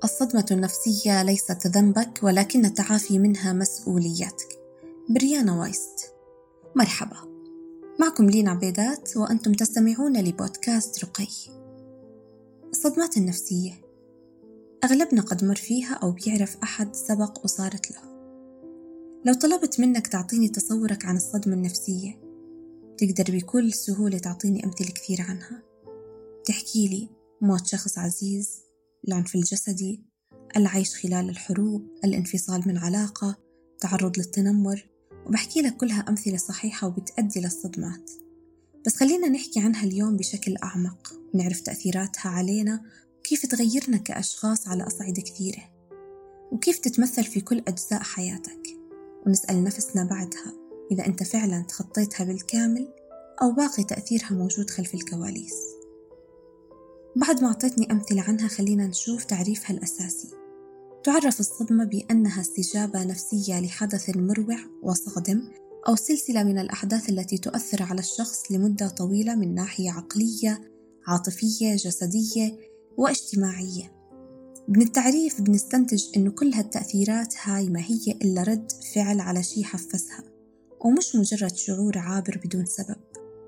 الصدمة النفسية ليست ذنبك، ولكن التعافي منها مسؤوليتك. بريانا وايست. مرحبا، معكم لينا عبيدات وأنتم تستمعون لبودكاست رقي. الصدمات النفسية أغلبنا قد مر فيها أو بيعرف أحد سبق وصارت له. لو طلبت منك تعطيني تصورك عن الصدمة النفسية، تقدر بكل سهولة تعطيني أمثلة كثير عنها. تحكي لي موت شخص عزيز، العنف الجسدي، العيش خلال الحروب، الانفصال من علاقة، تعرض للتنمر، وبحكي لك كلها أمثلة صحيحة وبتأدي للصدمات. بس خلينا نحكي عنها اليوم بشكل أعمق ونعرف تأثيراتها علينا وكيف تغيرنا كأشخاص على أصعدة كثيرة، وكيف تتمثل في كل أجزاء حياتك، ونسأل نفسنا بعدها إذا أنت فعلا تخطيتها بالكامل أو باقي تأثيرها موجود خلف الكواليس. بعد ما أعطيتني أمثلة عنها، خلينا نشوف تعريفها الأساسي. تعرف الصدمة بأنها استجابة نفسية لحدث مروع وصادم أو سلسلة من الأحداث التي تؤثر على الشخص لمدة طويلة من ناحية عقلية، عاطفية، جسدية واجتماعية. من التعريف بنستنتج أنه كل هالتأثيرات هاي ما هي إلا رد فعل على شي حفزها، ومش مجرد شعور عابر بدون سبب.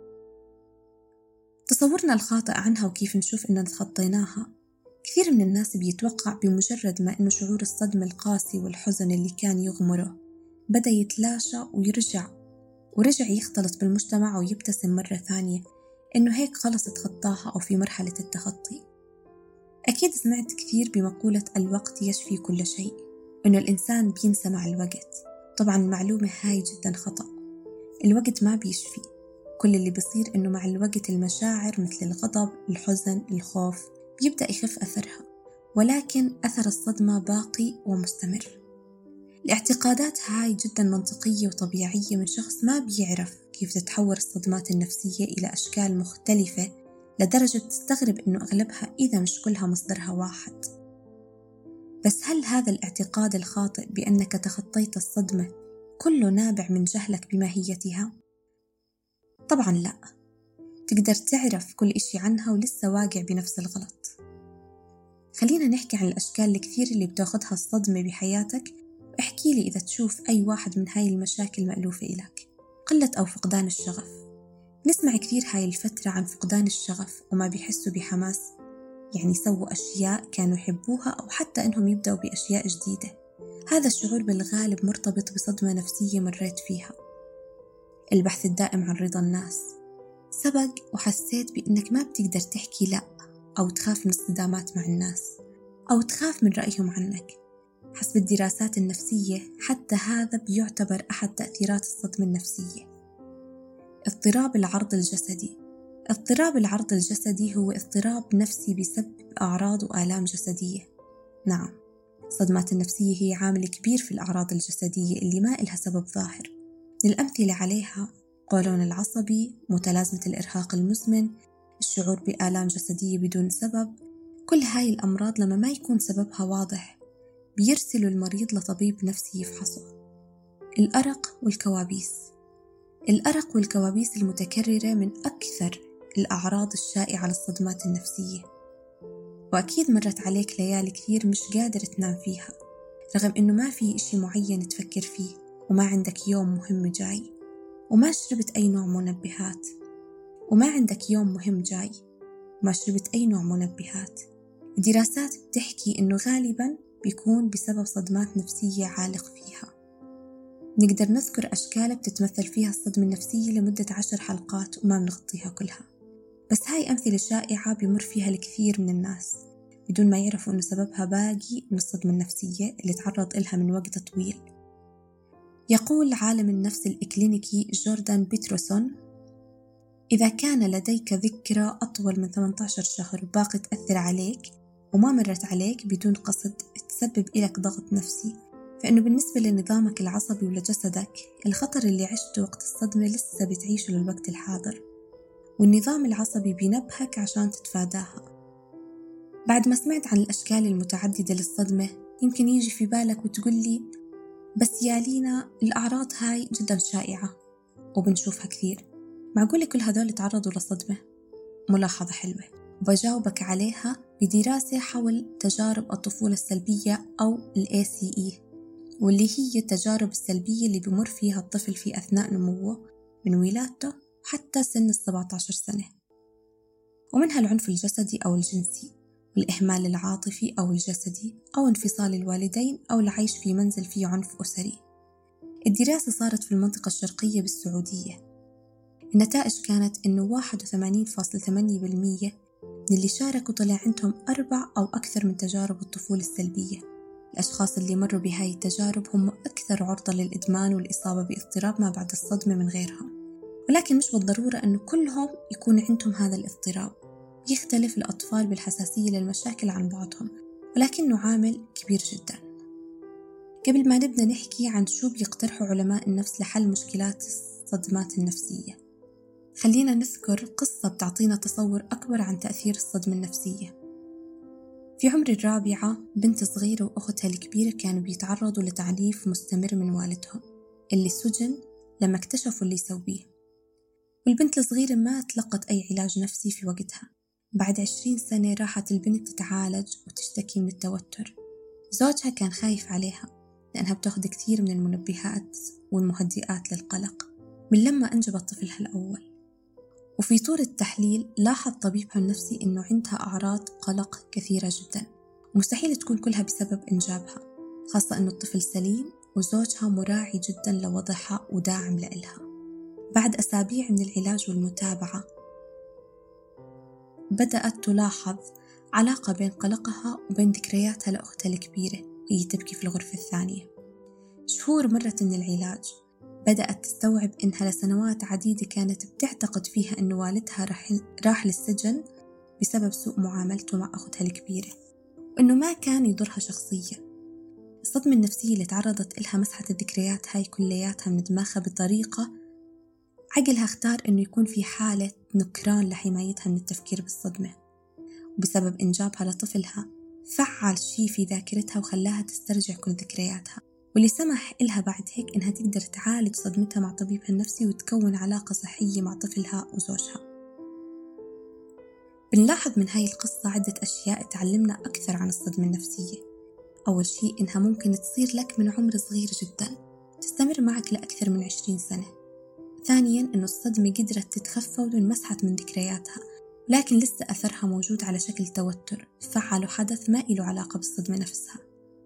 تصورنا الخاطئ عنها وكيف نشوف إننا تخطيناها، كثير من الناس بيتوقع بمجرد ما إنه شعور الصدمة القاسي والحزن اللي كان يغمره بدأ يتلاشى ورجع يختلط بالمجتمع ويبتسم مرة ثانية، إنه هيك خلص تخطاها أو في مرحلة التخطي. أكيد سمعت كثير بمقولة الوقت يشفي كل شيء، إنه الإنسان بينسى مع الوقت. طبعا المعلومة هاي جدا خطأ. الوقت ما بيشفي، كل اللي بيصير إنه مع الوقت المشاعر مثل الغضب، الحزن، الخوف بيبدأ يخف أثرها، ولكن أثر الصدمة باقي ومستمر. الاعتقادات هاي جدا منطقية وطبيعية من شخص ما بيعرف كيف تتحول الصدمات النفسية إلى أشكال مختلفة لدرجة تستغرب إنه أغلبها إذا مش كلها مصدرها واحد. بس هل هذا الاعتقاد الخاطئ بأنك تخطيت الصدمة كله نابع من جهلك بماهيتها؟ طبعا لا، تقدر تعرف كل إشي عنها ولسه واقع بنفس الغلط. خلينا نحكي عن الأشكال الكثير اللي بتاخدها الصدمة بحياتك، واحكي لي إذا تشوف أي واحد من هاي المشاكل مألوفة إلك. قلة أو فقدان الشغف. نسمع كثير هاي الفترة عن فقدان الشغف وما بيحسوا بحماس، يعني يسووا أشياء كانوا يحبوها أو حتى إنهم يبدأوا بأشياء جديدة. هذا الشعور بالغالب مرتبط بصدمة نفسية مريت فيها. البحث الدائم عن رضا الناس. سبق وحسيت بإنك ما بتقدر تحكي لا، أو تخاف من الصدامات مع الناس، أو تخاف من رأيهم عنك. حسب الدراسات النفسية حتى هذا بيعتبر أحد تأثيرات الصدمة النفسية. اضطراب العرض الجسدي. اضطراب العرض الجسدي هو اضطراب نفسي بسبب أعراض وآلام جسدية. نعم، الصدمات النفسية هي عامل كبير في الأعراض الجسدية اللي ما إلها سبب ظاهر. من الأمثلة عليها قولون العصبي، متلازمة الإرهاق المزمن، الشعور بآلام جسدية بدون سبب. كل هاي الأمراض لما ما يكون سببها واضح بيرسلوا المريض لطبيب نفسي يفحصه. الأرق والكوابيس. الأرق والكوابيس المتكررة من أكثر الأعراض الشائعة للصدمات النفسية، وأكيد مرت عليك ليالي كثير مش قادر تنام فيها، رغم إنه ما في إشي معين تفكر فيه، وما عندك يوم مهم جاي، وما شربت أي نوع منبهات، وما عندك يوم مهم جاي وما شربت أي نوع منبهات. الدراسات بتحكي إنه غالباً بيكون بسبب صدمات نفسية عالق فيها. نقدر نذكر أشكال بتتمثل فيها الصدمة النفسية لمدة 10 حلقات وما بنغطيها كلها، بس هاي أمثلة شائعة بيمر فيها الكثير من الناس بدون ما يعرفوا إنه سببها باقي من الصدمة النفسية اللي تعرض إلها من وقت طويل. يقول عالم النفس الإكلينيكي جوردان بيتروسون: إذا كان لديك ذكرى أطول من 18 شهر باقي تأثر عليك وما مرت عليك بدون قصد تسبب إلك ضغط نفسي، فإنه بالنسبة لنظامك العصبي ولجسدك الخطر اللي عشته وقت الصدمة لسه بتعيشه للوقت الحاضر، والنظام العصبي بينبهك عشان تتفاداها. بعد ما سمعت عن الأشكال المتعددة للصدمة، يمكن يجي في بالك وتقول لي بس يا لينا الأعراض هاي جدا شائعة وبنشوفها كثير، معقولة كل هذول تعرضوا لصدمة؟ ملاحظة حلوة. وبجاوبك عليها بدراسة حول تجارب الطفولة السلبية أو ال ACE، واللي هي التجارب السلبية اللي بمر فيها الطفل في أثناء نموه من ولادته حتى سن 17 سنة، ومنها العنف الجسدي أو الجنسي، والإهمال العاطفي أو الجسدي، أو انفصال الوالدين، أو العيش في منزل فيه عنف أسري. الدراسة صارت في المنطقة الشرقية بالسعودية. النتائج كانت إنه 81.8% من اللي شاركوا طلع عندهم 4 أو أكثر من تجارب الطفولة السلبية. الأشخاص اللي مروا بهاي التجارب هم أكثر عرضة للإدمان والإصابة باضطراب ما بعد الصدمة من غيرهم، ولكن مش بالضرورة أنه كلهم يكون عندهم هذا الاضطراب. يختلف الأطفال بالحساسية للمشاكل عن بعضهم، ولكنه عامل كبير جدا. قبل ما نبدأ نحكي عن شو بيقترحوا علماء النفس لحل مشكلات الصدمات النفسية، خلينا نذكر قصة بتعطينا تصور أكبر عن تأثير الصدمة النفسية. في عمر الرابعة، بنت صغيرة وأختها الكبيرة كانوا بيتعرضوا لتعنيف مستمر من والدهم اللي سجن لما اكتشفوا اللي يسويه، والبنت الصغيرة ما تلقت أي علاج نفسي في وقتها. بعد 20 سنة راحت البنت تتعالج وتشتكي من التوتر. زوجها كان خايف عليها لأنها بتاخد كثير من المنبهات والمهدئات للقلق من لما أنجبت طفلها الأول. وفي طور التحليل لاحظ طبيبها النفسي إنه عندها أعراض قلق كثيرة جدا، ومستحيل تكون كلها بسبب إنجابها، خاصة إنه الطفل سليم وزوجها مراعي جدا لوضعها وداعم لإلها. بعد أسابيع من العلاج والمتابعة بدأت تلاحظ علاقة بين قلقها وبين ذكرياتها لأختها الكبيرة وهي تبكي في الغرفة الثانية. شهور مرت من العلاج، بدأت تستوعب إنها لسنوات عديدة كانت بتعتقد فيها إن والدها راح للسجن بسبب سوء معاملته مع أختها الكبيرة، وإنه ما كان يضرها شخصيا. الصدمة النفسية اللي تعرضت إلها مسحت الذكريات هاي كلياتها من دماغها بطريقة عقلها اختار إنه يكون في حالة نكران لحمايتها من التفكير بالصدمة، وبسبب إنجابها لطفلها فعل شي في ذاكرتها وخلاها تسترجع كل ذكرياتها، واللي سمح إلها بعد هيك إنها تقدر تعالج صدمتها مع طبيبها النفسي وتكون علاقة صحية مع طفلها وزوجها. بنلاحظ من هاي القصة عدة أشياء تعلمنا أكثر عن الصدمة النفسية. أول شيء إنها ممكن تصير لك من عمر صغير جدا، تستمر معك لأكثر من 20 سنة. ثانياً إنه الصدمة قدرت تتخفى وانمسحت من ذكرياتها، لكن لسه أثرها موجود على شكل توتر فعله حدث ما إله علاقة بالصدمة نفسها.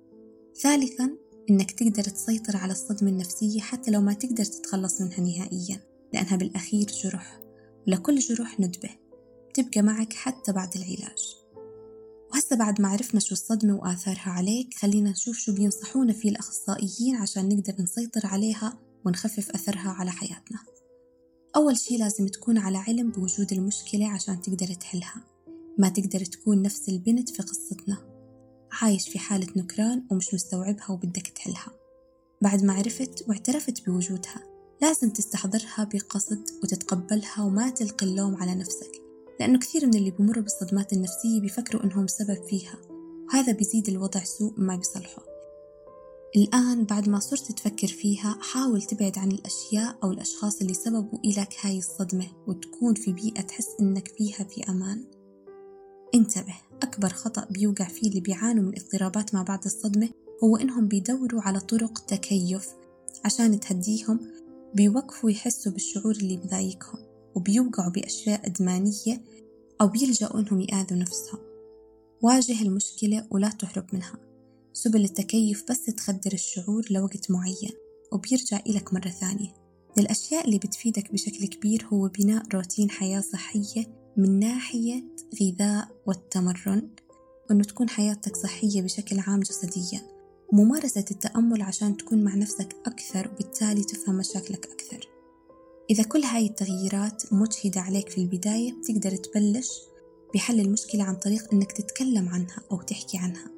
ثالثاً إنك تقدر تسيطر على الصدمة النفسية حتى لو ما تقدر تتخلص منها نهائياً، لأنها بالأخير جرح، ولكل جرح ندبة تبقى معك حتى بعد العلاج. وهسه بعد ما عرفنا شو الصدمة وآثارها عليك، خلينا نشوف شو بينصحونا فيه الأخصائيين عشان نقدر نسيطر عليها ونخفف أثرها على حياتنا. أول شي لازم تكون على علم بوجود المشكلة عشان تقدر تحلها. ما تقدر تكون نفس البنت في قصتنا عايش في حالة نكران ومش مستوعبها وبدك تحلها. بعد ما عرفت واعترفت بوجودها، لازم تستحضرها بقصد وتتقبلها وما تلقي اللوم على نفسك، لأنه كثير من اللي بيمروا بالصدمات النفسية بيفكروا إنهم سبب فيها، وهذا بيزيد الوضع سوء ما بيصلحه. الآن بعد ما صرت تفكر فيها، حاول تبعد عن الأشياء أو الأشخاص اللي سببوا إلك هاي الصدمة وتكون في بيئة تحس إنك فيها في أمان. انتبه، أكبر خطأ بيوقع فيه اللي بيعانوا من اضطرابات ما بعد الصدمة هو إنهم بيدوروا على طرق تكيف عشان تهديهم، بيوقفوا يحسوا بالشعور اللي بضايقهم وبيوقعوا بأشياء إدمانية أو بيلجأوا إنهم يآذوا نفسهم. واجه المشكلة ولا تهرب منها. سبل التكيف بس تخدر الشعور لوقت معين وبيرجع إلك مرة ثانية. من الأشياء اللي بتفيدك بشكل كبير هو بناء روتين حياة صحية من ناحية غذاء والتمرن، وأنه تكون حياتك صحية بشكل عام جسديا، وممارسة التأمل عشان تكون مع نفسك أكثر وبالتالي تفهم مشاكلك أكثر. إذا كل هاي التغييرات مجهدة عليك في البداية، بتقدر تبلش بحل المشكلة عن طريق أنك تتكلم عنها أو تحكي عنها.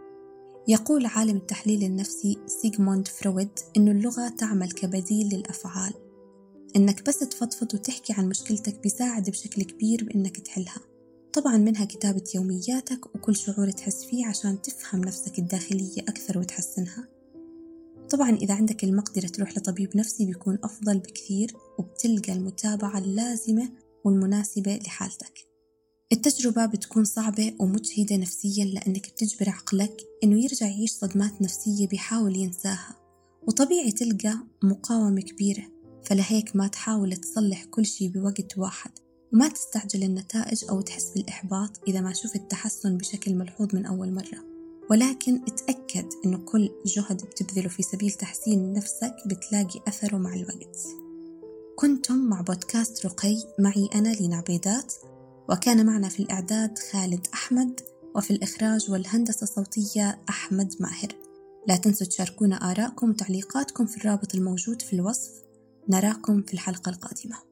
يقول عالم التحليل النفسي سيغموند فرويد إنه اللغة تعمل كبديل للأفعال. إنك بس تفضفض وتحكي عن مشكلتك بيساعد بشكل كبير بإنك تحلها. طبعا منها كتابة يومياتك وكل شعور تحس فيه عشان تفهم نفسك الداخلية أكثر وتحسنها. طبعا إذا عندك المقدرة تروح لطبيب نفسي بيكون أفضل بكثير، وبتلقى المتابعة اللازمة والمناسبة لحالتك. التجربة بتكون صعبة ومجهدة نفسياً لأنك بتجبر عقلك إنه يرجع يعيش صدمات نفسية بيحاول ينساها، وطبيعي تلقى مقاومة كبيرة. فلهيك ما تحاول تصلح كل شي بوقت واحد، وما تستعجل النتائج أو تحس بالإحباط إذا ما شفت تحسن بشكل ملحوظ من أول مرة، ولكن اتأكد إنه كل جهد بتبذله في سبيل تحسين نفسك بتلاقي أثره مع الوقت. كنتم مع بودكاست رقي، معي أنا لينا عبيدات، وكان معنا في الإعداد خالد أحمد، وفي الإخراج والهندسة الصوتية أحمد ماهر. لا تنسوا تشاركونا آراءكم وتعليقاتكم في الرابط الموجود في الوصف. نراكم في الحلقة القادمة.